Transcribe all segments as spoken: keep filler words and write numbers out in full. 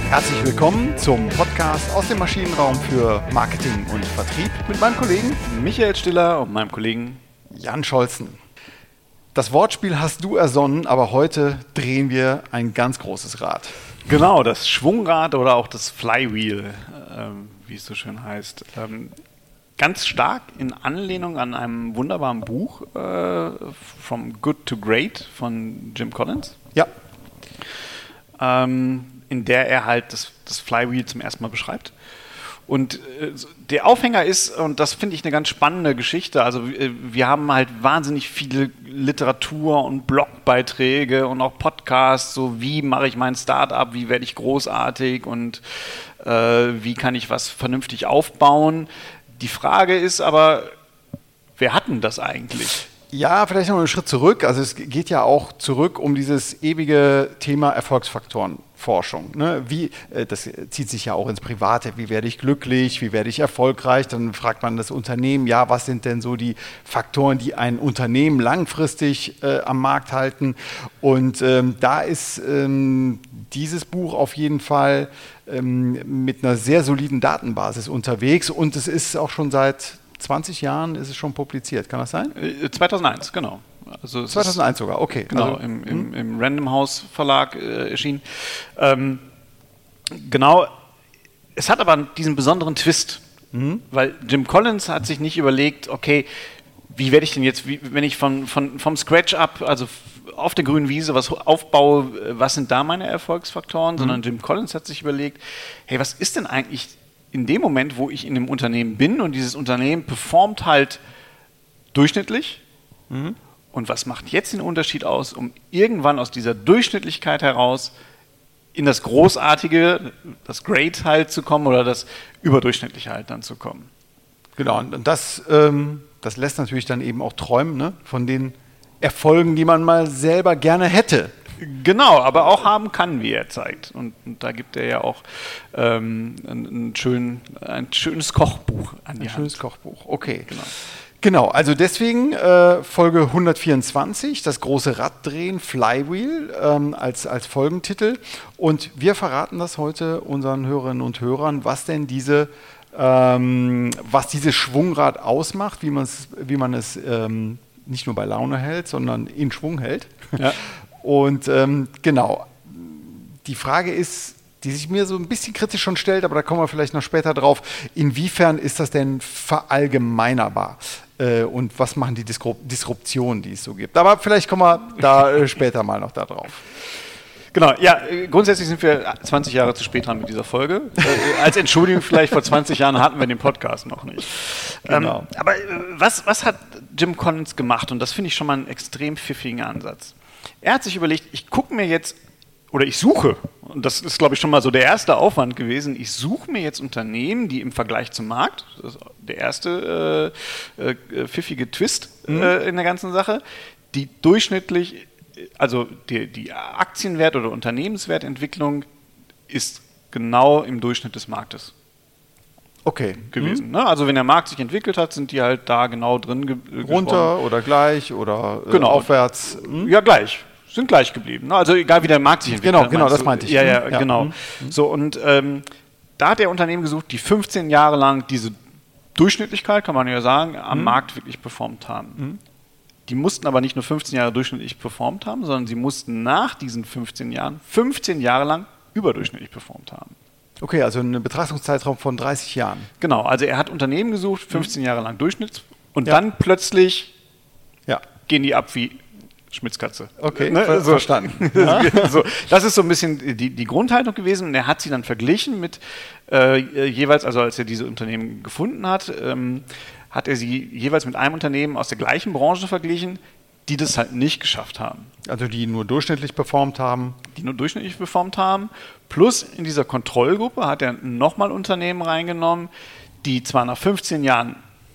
Herzlich willkommen zum Podcast aus dem Maschinenraum für Marketing und Vertrieb mit meinem Kollegen Michael Stiller und meinem Kollegen Jan Scholzen. Das Wortspiel hast du ersonnen, aber heute drehen wir ein ganz großes Rad. Genau, das Schwungrad oder auch das Flywheel, ähm, wie es so schön heißt. Ähm, ganz stark in Anlehnung an einem wunderbaren Buch, äh, From Good to Great von Jim Collins. Ja. Ähm, in der er halt das, das Flywheel zum ersten Mal beschreibt. Und äh, der Aufhänger ist, und das finde ich eine ganz spannende Geschichte, also äh, wir haben halt wahnsinnig viele Literatur und Blogbeiträge und auch Podcasts, so wie mache ich mein Startup, wie werde ich großartig und äh, wie kann ich was vernünftig aufbauen. Die Frage ist aber, wer hat denn das eigentlich? Ja, vielleicht noch einen Schritt zurück. Also es geht ja auch zurück um dieses ewige Thema Erfolgsfaktorenforschung. Ne? Wie, äh, das zieht sich ja auch ins Private. Wie werde ich glücklich? Wie werde ich erfolgreich? Dann fragt man das Unternehmen, ja, was sind denn so die Faktoren, die ein Unternehmen langfristig äh, am Markt halten? Und ähm, da ist ähm, dieses Buch auf jeden Fall ähm, mit einer sehr soliden Datenbasis unterwegs. Und es ist auch schon seit zwanzig Jahren ist es schon publiziert, kann das sein? zweitausendeins, genau. Also es zweitausendeins ist, sogar, okay. Genau, also, im, im, im Random House Verlag äh, erschienen. Ähm, genau, es hat aber diesen besonderen Twist, mhm. weil Jim Collins hat sich nicht überlegt, okay, wie werde ich denn jetzt, wie, wenn ich von, von, vom Scratch up, also auf der grünen Wiese was aufbaue, was sind da meine Erfolgsfaktoren, mhm. sondern Jim Collins hat sich überlegt, hey, was ist denn eigentlich in dem Moment, wo ich in dem Unternehmen bin und dieses Unternehmen performt halt durchschnittlich. Mhm. Und was macht jetzt den Unterschied aus, um irgendwann aus dieser Durchschnittlichkeit heraus in das Großartige, das Great halt zu kommen oder das Überdurchschnittliche halt dann zu kommen? Genau, und das, ähm, das lässt natürlich dann eben auch träumen, ne? Von den Erfolgen, die man mal selber gerne hätte. Genau, aber auch haben kann, wie er zeigt. Und, und da gibt er ja auch ähm, ein, ein, schön, ein schönes Kochbuch an die Ein Hand. schönes Kochbuch, okay. Genau, genau also deswegen äh, Folge hundertvierundzwanzig, das große Raddrehen, Flywheel ähm, als, als Folgentitel. Und wir verraten das heute unseren Hörerinnen und Hörern, was denn diese, ähm, was dieses Schwungrad ausmacht, wie, wie man es ähm, nicht nur bei Laune hält, sondern in Schwung hält. Ja. Und ähm, genau, die Frage ist, die sich mir so ein bisschen kritisch schon stellt, aber da kommen wir vielleicht noch später drauf, inwiefern ist das denn verallgemeinerbar? Äh, und was machen die Disru- Disruptionen, die es so gibt? Aber vielleicht kommen wir da äh, später mal noch da drauf. Genau, ja, grundsätzlich sind wir zwanzig Jahre zu spät dran mit dieser Folge. Äh, als Entschuldigung vielleicht, vor zwanzig Jahren hatten wir den Podcast noch nicht. Genau. Ähm, aber äh, was, was hat Jim Collins gemacht? Und das finde ich schon mal einen extrem pfiffigen Ansatz. Er hat sich überlegt, ich gucke mir jetzt, oder ich suche, und das ist, glaube ich, schon mal so der erste Aufwand gewesen, ich suche mir jetzt Unternehmen, die im Vergleich zum Markt, das ist der erste äh, äh, pfiffige Twist mhm. äh, in der ganzen Sache, die durchschnittlich, also die, die Aktienwert- oder Unternehmenswertentwicklung ist genau im Durchschnitt des Marktes. Okay. Gewesen. Mhm. Ne? Also wenn der Markt sich entwickelt hat, sind die halt da genau drin ge- runter gesprochen. Oder gleich oder äh, genau. aufwärts. Hm? Ja, gleich. Sind gleich geblieben. Ne? Also egal wie der Markt sich entwickelt genau, hat. Genau, das meinte ich. Ja, ja, ja. genau. Mhm. So, und ähm, da hat der Unternehmen gesucht, die fünfzehn Jahre lang diese Durchschnittlichkeit, kann man ja sagen, am mhm. Markt wirklich performt haben. Mhm. Die mussten aber nicht nur fünfzehn Jahre durchschnittlich performt haben, sondern sie mussten nach diesen fünfzehn Jahren fünfzehn Jahre lang überdurchschnittlich performt haben. Okay, also ein Betrachtungszeitraum von dreißig Jahren. Genau, also er hat Unternehmen gesucht, fünfzehn mhm. Jahre lang Durchschnitt und ja. dann plötzlich ja. gehen die ab wie Schmitzkatze. Okay, ne? ver- so. verstanden. Ja. so, das ist so ein bisschen die, die Grundhaltung gewesen und er hat sie dann verglichen mit äh, jeweils, also als er diese Unternehmen gefunden hat, ähm, hat er sie jeweils mit einem Unternehmen aus der gleichen Branche verglichen, die das halt nicht geschafft haben. Also die nur durchschnittlich performt haben. Die nur durchschnittlich performt haben. Plus in dieser Kontrollgruppe hat er nochmal Unternehmen reingenommen, die zwar nach fünfzehn Jahren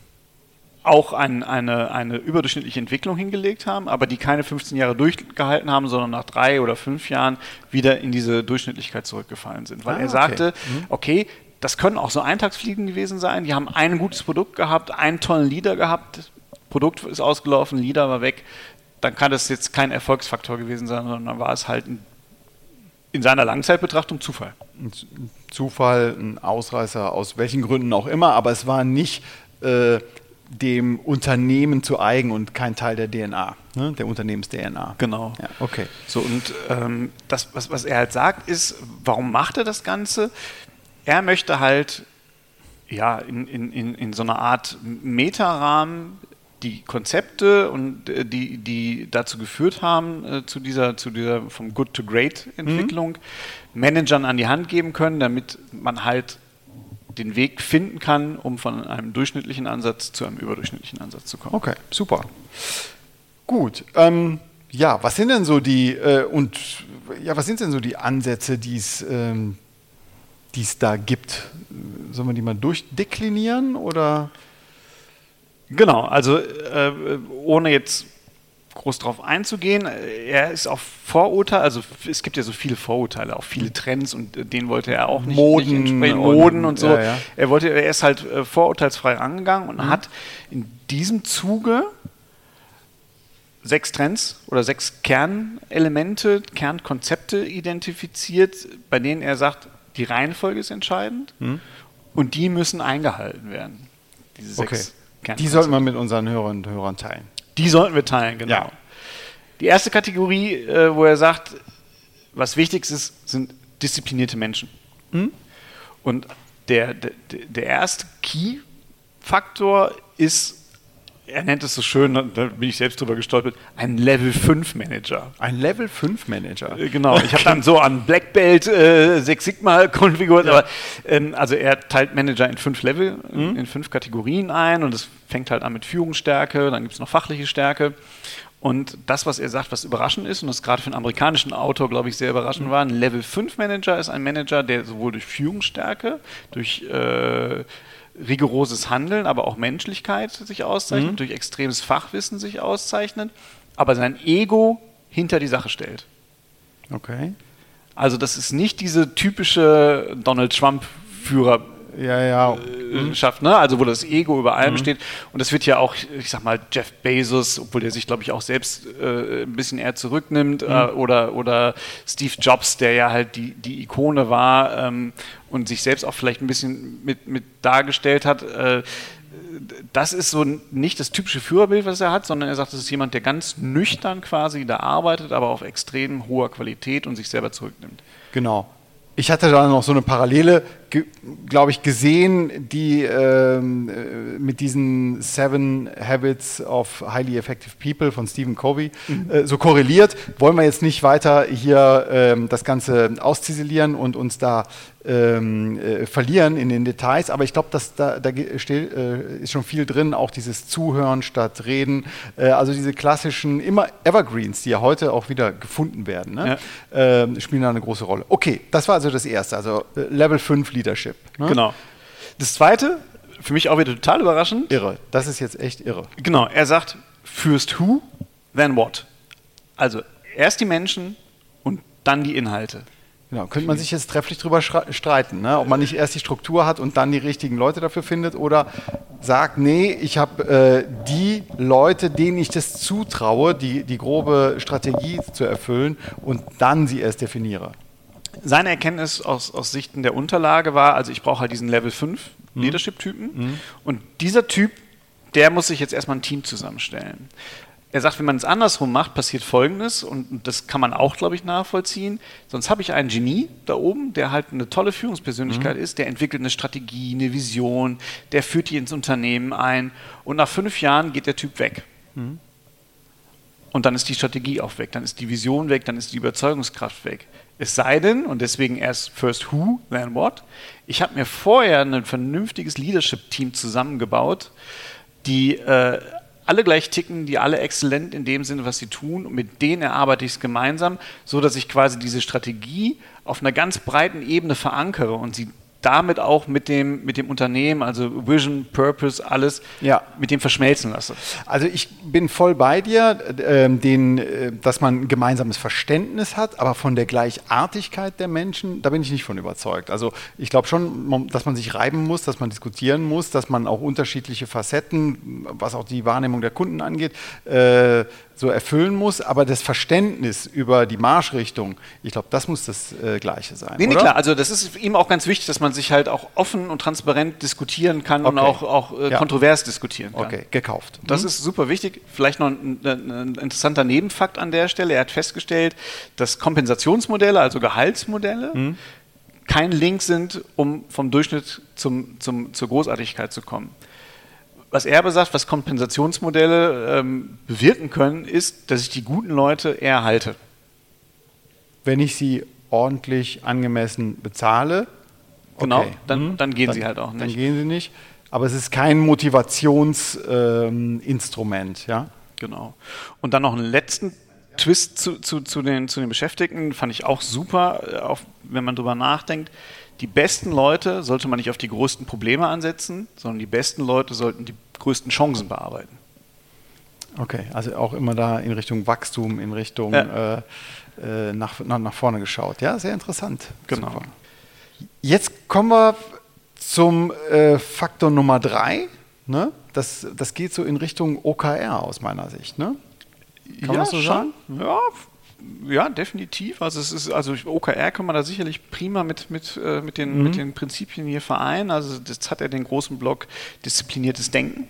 auch ein, eine, eine überdurchschnittliche Entwicklung hingelegt haben, aber die keine fünfzehn Jahre durchgehalten haben, sondern nach drei oder fünf Jahren wieder in diese Durchschnittlichkeit zurückgefallen sind. Weil ah, er sagte, okay, mhm. okay, das können auch so Eintagsfliegen gewesen sein, die haben ein gutes Produkt gehabt, einen tollen Leader gehabt, Produkt ist ausgelaufen, Leader war weg, dann kann das jetzt kein Erfolgsfaktor gewesen sein, sondern dann war es halt ein in seiner Langzeitbetrachtung Zufall. Ein Zufall, ein Ausreißer, aus welchen Gründen auch immer, aber es war nicht äh, dem Unternehmen zu eigen und kein Teil der D N A, ne? Der Unternehmens-D N A. Genau. Ja, okay. So, und ähm, das, was, was er halt sagt, ist, warum macht er das Ganze? Er möchte halt ja, in, in, in, in so einer Art Metarahmen die Konzepte und äh, die, die dazu geführt haben, äh, zu dieser, zu dieser vom Good to Great Entwicklung, mhm. Managern an die Hand geben können, damit man halt den Weg finden kann, um von einem durchschnittlichen Ansatz zu einem überdurchschnittlichen Ansatz zu kommen. Okay, super. Gut. Ähm, ja, was sind denn so die äh, und ja, was sind denn so die Ansätze, die es ähm, die es da gibt? Sollen wir die mal durchdeklinieren oder? Genau, also äh, ohne jetzt groß drauf einzugehen, er ist auf Vorurteile, also es gibt ja so viele Vorurteile, auch viele Trends und äh, denen wollte er auch nicht, Moden, nicht entsprechen, Moden und, und so. Ja, ja. Er wollte, er ist halt äh, vorurteilsfrei angegangen und mhm. hat in diesem Zuge sechs Trends oder sechs Kernelemente, Kernkonzepte identifiziert, bei denen er sagt, die Reihenfolge ist entscheidend mhm. und die müssen eingehalten werden. Diese okay. sechs Die sollten wir mit unseren Hörern und Hörern teilen. Die sollten wir teilen, genau. Ja. Die erste Kategorie, äh, wo er sagt, was wichtig ist, sind disziplinierte Menschen. Mhm. Und der, der, der erste Key-Faktor ist, er nennt es so schön, da bin ich selbst drüber gestolpert, ein Level fünf Manager. Ein Level fünf Manager? Äh, genau, ich habe dann so an Black Belt äh, Six Sigma konfiguriert, ja. aber ähm, also er teilt Manager in fünf Level, mhm. in fünf Kategorien ein und es fängt halt an mit Führungsstärke, dann gibt es noch fachliche Stärke. Und das, was er sagt, was überraschend ist, und das gerade für einen amerikanischen Autor, glaube ich, sehr überraschend war, ein Level fünf Manager ist ein Manager, der sowohl durch Führungsstärke, durch äh, rigoroses Handeln, aber auch Menschlichkeit sich auszeichnet, mhm. durch extremes Fachwissen sich auszeichnet, aber sein Ego hinter die Sache stellt. Okay. Also das ist nicht diese typische Donald Trump-Führer- Ja, ja. Äh, schafft, ne? Also wo das Ego über allem mhm. steht. Und das wird ja auch, ich sag mal, Jeff Bezos, obwohl der sich, glaube ich, auch selbst äh, ein bisschen eher zurücknimmt, mhm. äh, oder, oder Steve Jobs, der ja halt die, die Ikone war ähm, und sich selbst auch vielleicht ein bisschen mit, mit dargestellt hat. Äh, das ist so nicht das typische Führerbild, was er hat, sondern er sagt, das ist jemand, der ganz nüchtern quasi da arbeitet, aber auf extrem hoher Qualität und sich selber zurücknimmt. Genau. Ich hatte da noch so eine Parallele, glaube ich, gesehen, die ähm, mit diesen Seven Habits of Highly Effective People von Stephen Covey mhm. äh, so korreliert. Wollen wir jetzt nicht weiter hier ähm, das Ganze ausziselieren und uns da ähm, äh, verlieren in den Details, aber ich glaube, dass da, da still, äh, ist schon viel drin, auch dieses Zuhören statt Reden, äh, also diese klassischen immer Evergreens, die ja heute auch wieder gefunden werden, ne? Ja. äh, spielen da eine große Rolle. Okay, das war also das Erste, also äh, Level fünf Leadership. Ne? Genau. Das Zweite, für mich auch wieder total überraschend. Irre, das ist jetzt echt irre. Genau, er sagt, first who, then what. Also erst die Menschen und dann die Inhalte. Genau, könnte man sich jetzt trefflich drüber streiten, ne? Ob man nicht erst die Struktur hat und dann die richtigen Leute dafür findet oder sagt, nee, ich habe äh, die Leute, denen ich das zutraue, die, die grobe Strategie zu erfüllen und dann sie erst definiere. Seine Erkenntnis aus, aus Sichten der Unterlage war, also ich brauche halt diesen Level fünf mhm. Leadership-Typen mhm. und dieser Typ, der muss sich jetzt erstmal ein Team zusammenstellen. Er sagt, wenn man es andersrum macht, passiert Folgendes und das kann man auch, glaube ich, nachvollziehen. Sonst habe ich einen Genie da oben, der halt eine tolle Führungspersönlichkeit mhm. ist, der entwickelt eine Strategie, eine Vision, der führt die ins Unternehmen ein und nach fünf Jahren geht der Typ weg. Mhm. Und dann ist die Strategie auch weg, dann ist die Vision weg, dann ist die Überzeugungskraft weg. Es sei denn, und deswegen erst first who, then what, ich habe mir vorher ein vernünftiges Leadership-Team zusammengebaut, die äh, alle gleich ticken, die alle exzellent in dem Sinne, was sie tun, und mit denen erarbeite ich es gemeinsam, so dass ich quasi diese Strategie auf einer ganz breiten Ebene verankere und sie damit auch mit dem, mit dem Unternehmen, also Vision, Purpose, alles, ja. mit dem verschmelzen lasse. Also ich bin voll bei dir, äh, den, äh, dass man ein gemeinsames Verständnis hat, aber von der Gleichartigkeit der Menschen, da bin ich nicht von überzeugt. Also ich glaube schon, dass man sich reiben muss, dass man diskutieren muss, dass man auch unterschiedliche Facetten, was auch die Wahrnehmung der Kunden angeht, äh, so erfüllen muss, aber das Verständnis über die Marschrichtung, ich glaube, das muss das äh, Gleiche sein. Nee, nee, oder? klar, also das ist ihm auch ganz wichtig, dass man sich halt auch offen und transparent diskutieren kann Okay. und auch, auch äh, Ja. kontrovers diskutieren kann. Okay, gekauft. Das Mhm. ist super wichtig. Vielleicht noch ein, ein, ein interessanter Nebenfakt an der Stelle. Er hat festgestellt, dass Kompensationsmodelle, also Gehaltsmodelle, Mhm. kein Link sind, um vom Durchschnitt zum, zum, zur Großartigkeit zu kommen. Was er aber sagt, was Kompensationsmodelle ähm, bewirken können, ist, dass ich die guten Leute eher halte. Wenn ich sie ordentlich angemessen bezahle, Genau, okay. dann, Mhm. dann gehen dann, sie halt auch Dann nicht. gehen sie nicht. Aber es ist kein Motivationsinstrument, ähm, Instrument, ja. Genau. Und dann noch einen letzten Twist zu, zu, zu, den, zu den Beschäftigten, fand ich auch super, äh, auch wenn man drüber nachdenkt. Die besten Leute sollte man nicht auf die größten Probleme ansetzen, sondern die besten Leute sollten die größten Chancen bearbeiten. Okay, also auch immer da in Richtung Wachstum, in Richtung Ja. äh, äh, nach, nach, nach vorne geschaut. Ja, sehr interessant. Genau. Super. Jetzt kommen wir zum äh, Faktor Nummer drei. Ne? Das, das geht so in Richtung O K R aus meiner Sicht. Ne? Kann man das so sagen? Ja, f- ja, definitiv. Also es ist, also O K R kann man da sicherlich prima mit, mit, äh, mit, den, Mhm. mit den Prinzipien hier vereinen. Also das hat er den großen Block diszipliniertes Denken.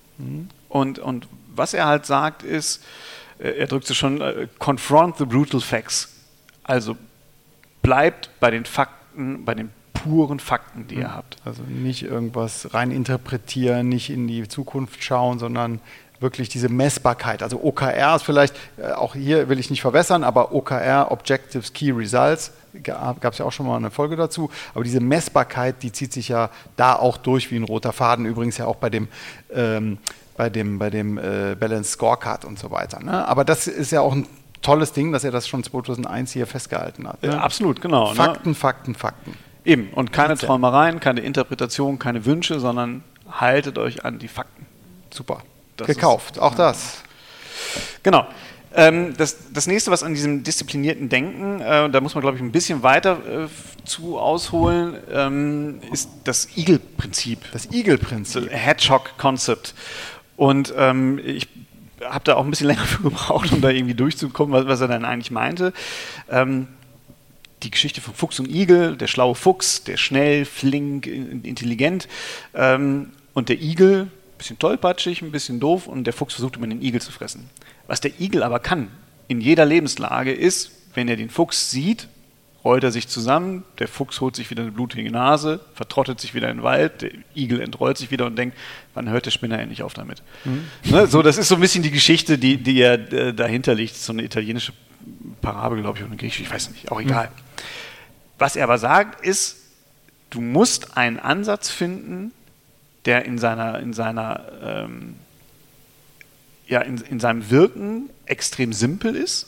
Und, und was er halt sagt ist, äh, er drückt es schon, äh, confront the brutal facts. Also bleibt bei den Fakten, bei den puren Fakten, die ihr habt. Also nicht irgendwas rein interpretieren, nicht in die Zukunft schauen, sondern wirklich diese Messbarkeit. Also O K R ist vielleicht, äh, auch hier will ich nicht verwässern, aber O K R, Objectives, Key Results, gab es ja auch schon mal eine Folge dazu, aber diese Messbarkeit, die zieht sich ja da auch durch wie ein roter Faden, übrigens ja auch bei dem, ähm, bei dem, bei dem äh, Balanced Scorecard und so weiter. Ne? Aber das ist ja auch ein tolles Ding, dass er das schon zweitausendeins hier festgehalten hat. Ne? Äh, absolut, genau. Fakten, Ne? Fakten, Fakten. Eben, und keine Gibt's ja. Träumereien, keine Interpretation, keine Wünsche, sondern haltet euch an die Fakten. Super. Das Gekauft, ist- auch das. Genau. Ähm, das, das nächste, was an diesem disziplinierten Denken, äh, da muss man, glaube ich, ein bisschen weiter äh, zu ausholen, ähm, ist das Eagle-Prinzip. Das Das Eagle-Prinzip. Hedgehog-Concept. Und ähm, ich habe da auch ein bisschen länger für gebraucht, um da irgendwie durchzukommen, was, was er dann eigentlich meinte. Ähm, die Geschichte von Fuchs und Igel, der schlaue Fuchs, der schnell, flink, in- intelligent ähm, und der Igel, ein bisschen tollpatschig, ein bisschen doof und der Fuchs versucht immer den Igel zu fressen. Was der Igel aber kann, in jeder Lebenslage ist, wenn er den Fuchs sieht, rollt er sich zusammen, der Fuchs holt sich wieder eine blutige Nase, vertrottet sich wieder in den Wald, der Igel entrollt sich wieder und denkt, wann hört der Spinner endlich auf damit? Ne, so, das ist so ein bisschen die Geschichte, die, die ja äh, dahinter liegt, so eine italienische Parabel, glaube ich, oder eine griechische, ich weiß nicht, auch egal. Was er aber sagt, ist, du musst einen Ansatz finden, der in seiner, in seiner ähm, ja, in, in seinem Wirken extrem simpel ist,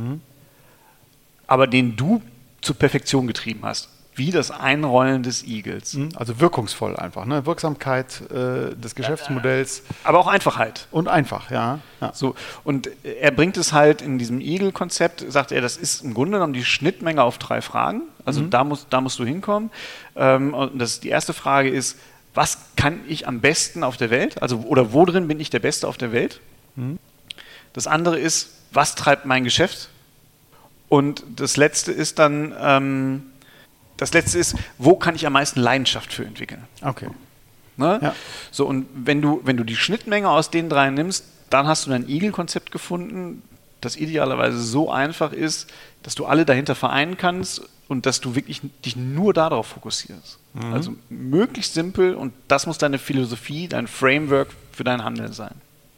aber den du zur Perfektion getrieben hast. Wie das Einrollen des Igels. Also wirkungsvoll einfach, ne? Wirksamkeit äh, des Geschäftsmodells Aber auch Einfachheit. und einfach, ja. ja. So, und er bringt es halt in diesem Eagle-Konzept, sagt er, das ist im Grunde genommen die Schnittmenge auf drei Fragen. Also da, musst, da musst du hinkommen. Ähm, und das ist, die erste Frage ist, was kann ich am besten auf der Welt? Also, oder wo drin bin ich der Beste auf der Welt? Das andere ist, was treibt mein Geschäft? Und das letzte ist dann, ähm, das letzte ist, wo kann ich am meisten Leidenschaft für entwickeln? Okay. Ne? Ja. So, und wenn du, wenn du die Schnittmenge aus den drei nimmst, dann hast du dein Eagle-Konzept gefunden, das idealerweise so einfach ist, dass du alle dahinter vereinen kannst und dass du wirklich dich nur darauf fokussierst. Also möglichst simpel und das muss deine Philosophie, dein Framework für dein Handeln sein.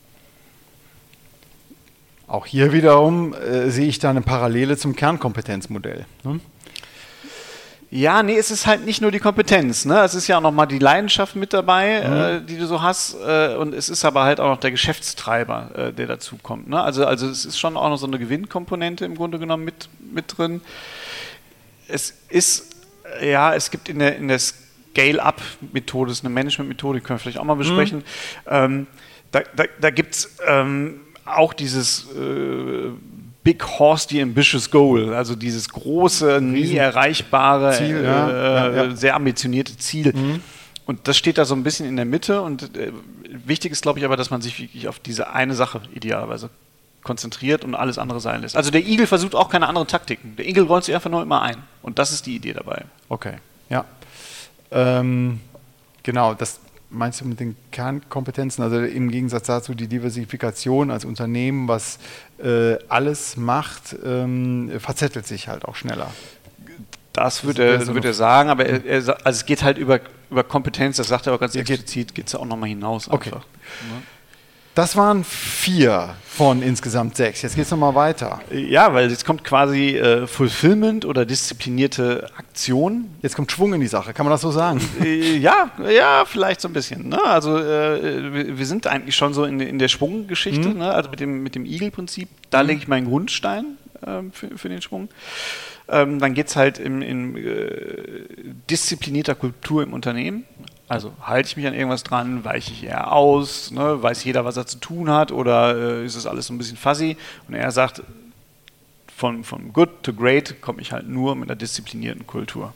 Auch hier wiederum äh, sehe ich da eine Parallele zum Kernkompetenzmodell. Ne? Ja, nee, es ist halt nicht nur die Kompetenz, ne? Es ist ja auch nochmal die Leidenschaft mit dabei, äh, die du so hast, äh, und es ist aber halt auch noch der Geschäftstreiber, äh, der dazu kommt. Ne? Also, also es ist schon auch noch so eine Gewinnkomponente im Grunde genommen mit, mit drin. Es ist, äh, ja, es gibt in der, in der Scale-Up-Methode, das ist eine Management-Methode, die können wir vielleicht auch mal besprechen, mhm. ähm, da, da, da gibt es ähm, auch dieses äh, Big Horse, the Ambitious Goal, also dieses große, nie erreichbare, Ziel, äh, ja. Ja, ja. sehr ambitionierte Ziel. Mhm. Und das steht da so ein bisschen in der Mitte. Und äh, wichtig ist, glaube ich, aber, dass man sich wirklich auf diese eine Sache idealerweise konzentriert und alles andere sein lässt. Also der Igel versucht auch keine anderen Taktiken. Der Igel rollt sich einfach nur immer ein. Und das ist die Idee dabei. Okay, ja. Ähm, genau, das meinst du mit den Kernkompetenzen? Also im Gegensatz dazu die Diversifikation als Unternehmen, was äh, alles macht, ähm, verzettelt sich halt auch schneller. Das würde er, würd er sagen, aber er, er, also es geht halt über, über Kompetenz, das sagt er auch ganz explizit, geht es ja auch nochmal hinaus. Okay. Einfach. Das waren vier von insgesamt sechs. Jetzt geht es nochmal weiter. Ja, weil jetzt kommt quasi äh, Fulfillment oder disziplinierte Aktion. Jetzt kommt Schwung in die Sache, kann man das so sagen? Äh, ja, ja, vielleicht so ein bisschen. Ne? Also äh, wir, wir sind eigentlich schon so in, in der Schwunggeschichte, mhm. ne? Also mit dem, mit dem Igel-Prinzip. Da mhm. lege ich meinen Grundstein äh, für, für den Schwung. Ähm, dann geht es halt in, in äh, disziplinierter Kultur im Unternehmen. Also halte ich mich an irgendwas dran, weiche ich eher aus, ne? Weiß jeder, was er zu tun hat, oder äh, ist es alles so ein bisschen fuzzy? Und er sagt, von, von good to great komme ich halt nur mit einer disziplinierten Kultur.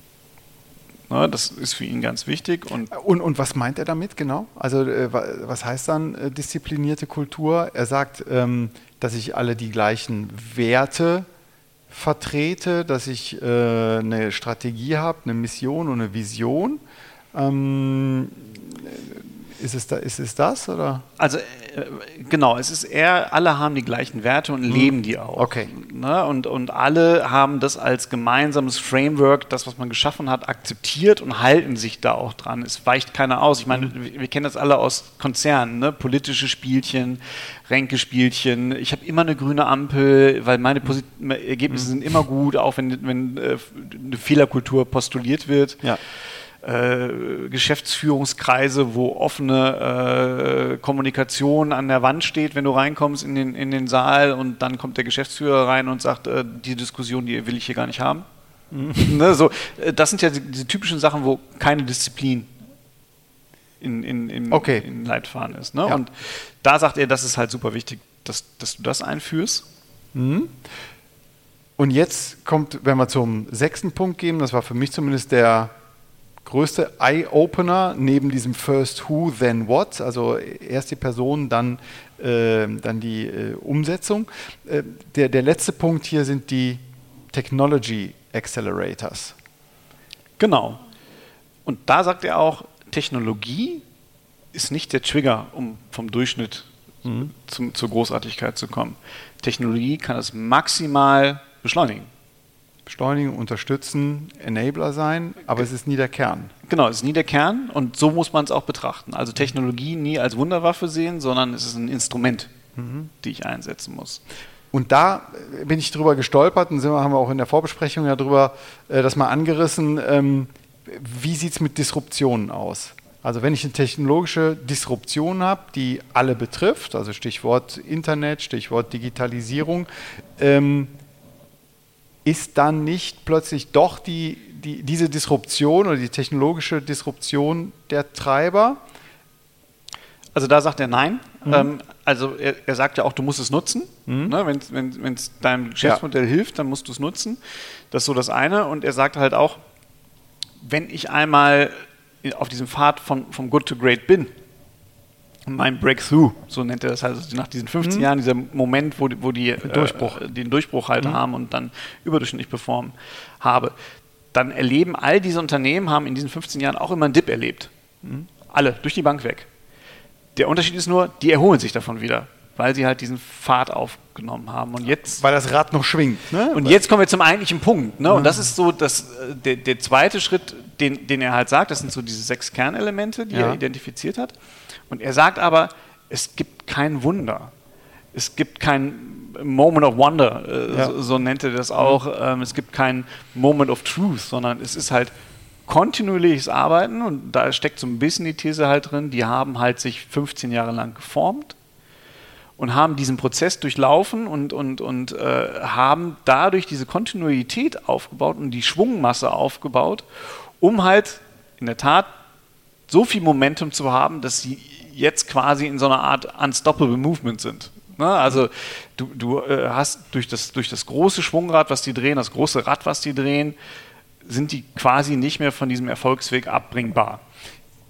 Ne? Das ist für ihn ganz wichtig. Und, und, und was meint er damit genau? Also äh, was heißt dann äh, disziplinierte Kultur? Er sagt, ähm, dass ich alle die gleichen Werte vertrete, dass ich äh, eine Strategie habe, eine Mission und eine Vision. Ähm, ist, es da, ist es das, oder? Also äh, genau, es ist eher, alle haben die gleichen Werte und hm. leben die auch. Okay. Ne? Und, und alle haben das als gemeinsames Framework, das, was man geschaffen hat, akzeptiert und halten sich da auch dran. Es weicht keiner aus. Ich meine, hm. wir, wir kennen das alle aus Konzernen, ne? Politische Spielchen, Ränkespielchen. Ich habe immer eine grüne Ampel, weil meine Posit- Ergebnisse hm. sind immer gut, auch wenn, wenn äh, eine Fehlerkultur postuliert wird. Ja. Äh, Geschäftsführungskreise, wo offene äh, Kommunikation an der Wand steht, wenn du reinkommst in den, in den Saal, und dann kommt der Geschäftsführer rein und sagt, äh, die Diskussion, die will ich hier gar nicht haben. Mhm. Ne, so, äh, das sind ja die, diese typischen Sachen, wo keine Disziplin in, in, in, okay. in Leitfaden ist. Ne? Ja. Und da sagt er, das ist halt super wichtig, dass, dass du das einführst. Mhm. Und jetzt kommt, wenn wir zum sechsten Punkt gehen, das war für mich zumindest der größte Eye-Opener neben diesem First Who, Then What, also erst die Person, dann, äh, dann die äh, Umsetzung. Äh, der, der letzte Punkt hier sind die Technology Accelerators. Genau. Und da sagt er auch, Technologie ist nicht der Trigger, um vom Durchschnitt mhm. zum, zur Großartigkeit zu kommen. Technologie kann es maximal beschleunigen. Beschleunigen, unterstützen, Enabler sein, aber es ist nie der Kern. Genau, es ist nie der Kern, und so muss man es auch betrachten. Also Technologie nie als Wunderwaffe sehen, sondern es ist ein Instrument, mhm. die ich einsetzen muss. Und da bin ich drüber gestolpert, und sind wir, haben wir auch in der Vorbesprechung ja drüber äh, das mal angerissen. Ähm, wie sieht es mit Disruptionen aus? Also wenn ich eine technologische Disruption habe, die alle betrifft, also Stichwort Internet, Stichwort Digitalisierung, ähm, ist dann nicht plötzlich doch die, die, diese Disruption oder die technologische Disruption der Treiber? Also da sagt er nein. Mhm. Ähm, also er, er sagt ja auch, du musst es nutzen. Mhm. Ne? Wenn es wenn, deinem Geschäftsmodell ja. hilft, dann musst du es nutzen. Das ist so das eine. Und er sagt halt auch, wenn ich einmal auf diesem Pfad von, vom Good to Great bin, mein Breakthrough, so nennt er das halt, also nach diesen fünfzehn mhm. Jahren, dieser Moment, wo, wo die Durchbruch. Äh, den Durchbruch halt mhm. haben und dann überdurchschnittlich performen habe, dann erleben all diese Unternehmen, haben in diesen fünfzehn Jahren auch immer einen Dip erlebt. Mhm. Alle, durch die Bank weg. Der Unterschied ist nur, die erholen sich davon wieder, weil sie halt diesen Pfad aufgenommen haben. Und jetzt, weil das Rad noch schwingt. Ne? Und jetzt kommen wir zum eigentlichen Punkt. Ne? Mhm. Und das ist so das, der, der zweite Schritt, den, den er halt sagt, das sind so diese sechs Kernelemente, die ja. er identifiziert hat. Und er sagt aber, es gibt kein Wunder. Es gibt kein Moment of Wonder, äh, ja. so, so nennt er das auch. Mhm. Ähm, es gibt kein Moment of Truth, sondern es ist halt kontinuierliches Arbeiten, und da steckt so ein bisschen die These halt drin, die haben halt sich fünfzehn Jahre lang geformt und haben diesen Prozess durchlaufen und, und, und äh, haben dadurch diese Kontinuität aufgebaut und die Schwungmasse aufgebaut, um halt in der Tat so viel Momentum zu haben, dass sie jetzt quasi in so einer Art Unstoppable Movement sind. Ne? Also du, du äh, hast durch das, durch das große Schwungrad, was die drehen, das große Rad, was die drehen, sind die quasi nicht mehr von diesem Erfolgsweg abbringbar.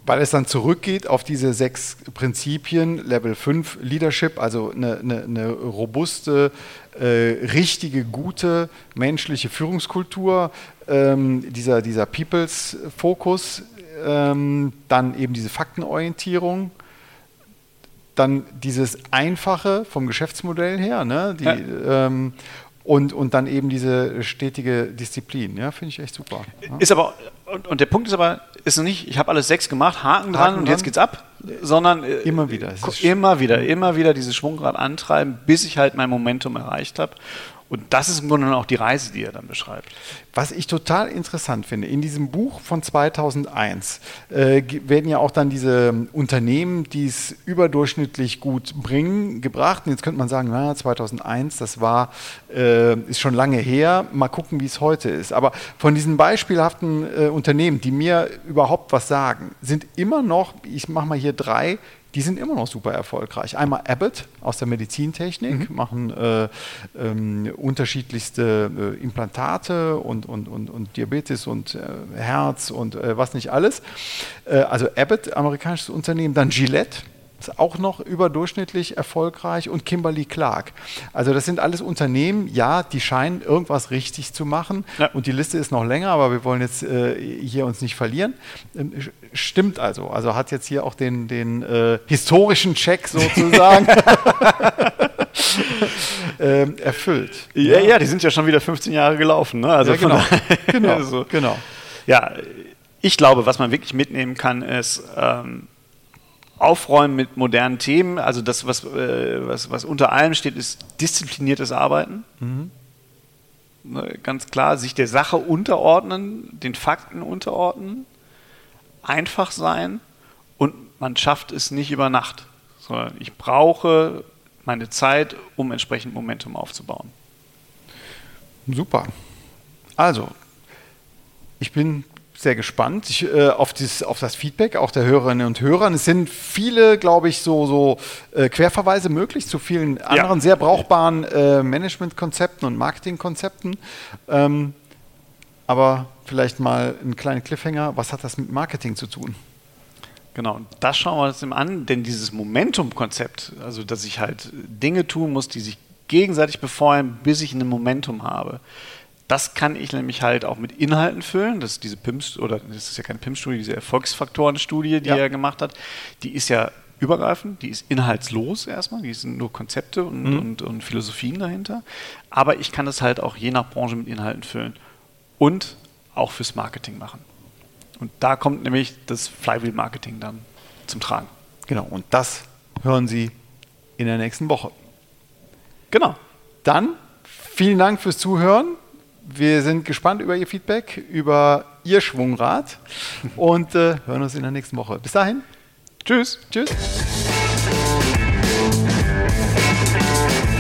weil es dann zurückgeht auf diese sechs Prinzipien, Level fünf Leadership, also eine, eine, eine robuste, äh, richtige, gute menschliche Führungskultur, ähm, dieser, dieser Peoples-Fokus, ähm, dann eben diese Faktenorientierung, dann dieses Einfache vom Geschäftsmodell her, ne? Die, ja. ähm, und, und dann eben diese stetige Disziplin. Ja, finde ich echt super. Ja. Ist aber, und, und der Punkt ist aber, ist noch nicht, ich habe alles sechs gemacht, Haken dran Haken und dran. Jetzt geht's ab, sondern äh, immer wieder. Immer wieder, immer wieder dieses Schwungrad antreiben, bis ich halt mein Momentum erreicht habe. Und das ist im Grunde genommen auch die Reise, die er dann beschreibt. Was ich total interessant finde, in diesem Buch von zweitausendeins äh, werden ja auch dann diese Unternehmen, die es überdurchschnittlich gut bringen, gebracht. Und jetzt könnte man sagen, na, zweitausendeins, das war, äh, ist schon lange her, mal gucken, wie es heute ist. Aber von diesen beispielhaften äh, Unternehmen, die mir überhaupt was sagen, sind immer noch, ich mache mal hier drei, die sind immer noch super erfolgreich. Einmal Abbott aus der Medizintechnik, mhm. machen äh, ähm, unterschiedlichste äh, Implantate und, und, und, und Diabetes und äh, Herz und äh, was nicht alles. Äh, also Abbott, amerikanisches Unternehmen. Dann Gillette, ist auch noch überdurchschnittlich erfolgreich, und Kimberly-Clark. Also das sind alles Unternehmen, ja, die scheinen irgendwas richtig zu machen, ja. Und die Liste ist noch länger, aber wir wollen jetzt äh, hier uns nicht verlieren. Ähm, stimmt also, also hat jetzt hier auch den, den äh, historischen Check sozusagen ähm, erfüllt. Ja, ja, die sind ja schon wieder fünfzehn Jahre gelaufen. Ne? Also ja, genau. genau, also, genau. Ja, ich glaube, was man wirklich mitnehmen kann, ist ähm, Aufräumen mit modernen Themen, also das, was, äh, was, was unter allem steht, ist diszipliniertes Arbeiten. Mhm. Ne, ganz klar, sich der Sache unterordnen, den Fakten unterordnen, einfach sein, und man schafft es nicht über Nacht, sondern ich brauche meine Zeit, um entsprechend Momentum aufzubauen. Super. Also, ich bin sehr gespannt ich, äh, auf, dieses, auf das Feedback auch der Hörerinnen und Hörer. Es sind viele, glaube ich, so, so äh, Querverweise möglich zu vielen anderen ja. sehr brauchbaren äh, Managementkonzepten und Marketingkonzepten. Ähm, aber vielleicht mal ein kleiner Cliffhanger. Was hat das mit Marketing zu tun? Genau, und das schauen wir uns an, denn dieses Momentum-Konzept, also dass ich halt Dinge tun muss, die sich gegenseitig befeuern, bis ich ein Momentum habe. Das kann ich nämlich halt auch mit Inhalten füllen. Das ist diese P I M S, oder das ist ja keine P I M S-Studie, diese Erfolgsfaktoren-Studie, die ja. er gemacht hat. Die ist ja übergreifend, die ist inhaltslos erstmal, die sind nur Konzepte und, mhm. und, und Philosophien dahinter. Aber ich kann das halt auch je nach Branche mit Inhalten füllen und auch fürs Marketing machen. Und da kommt nämlich das Flywheel-Marketing dann zum Tragen. Genau, und das hören Sie in der nächsten Woche. Genau. Dann vielen Dank fürs Zuhören. Wir sind gespannt über Ihr Feedback, über Ihr Schwungrad und äh, hören uns in der nächsten Woche. Bis dahin. Tschüss. Tschüss.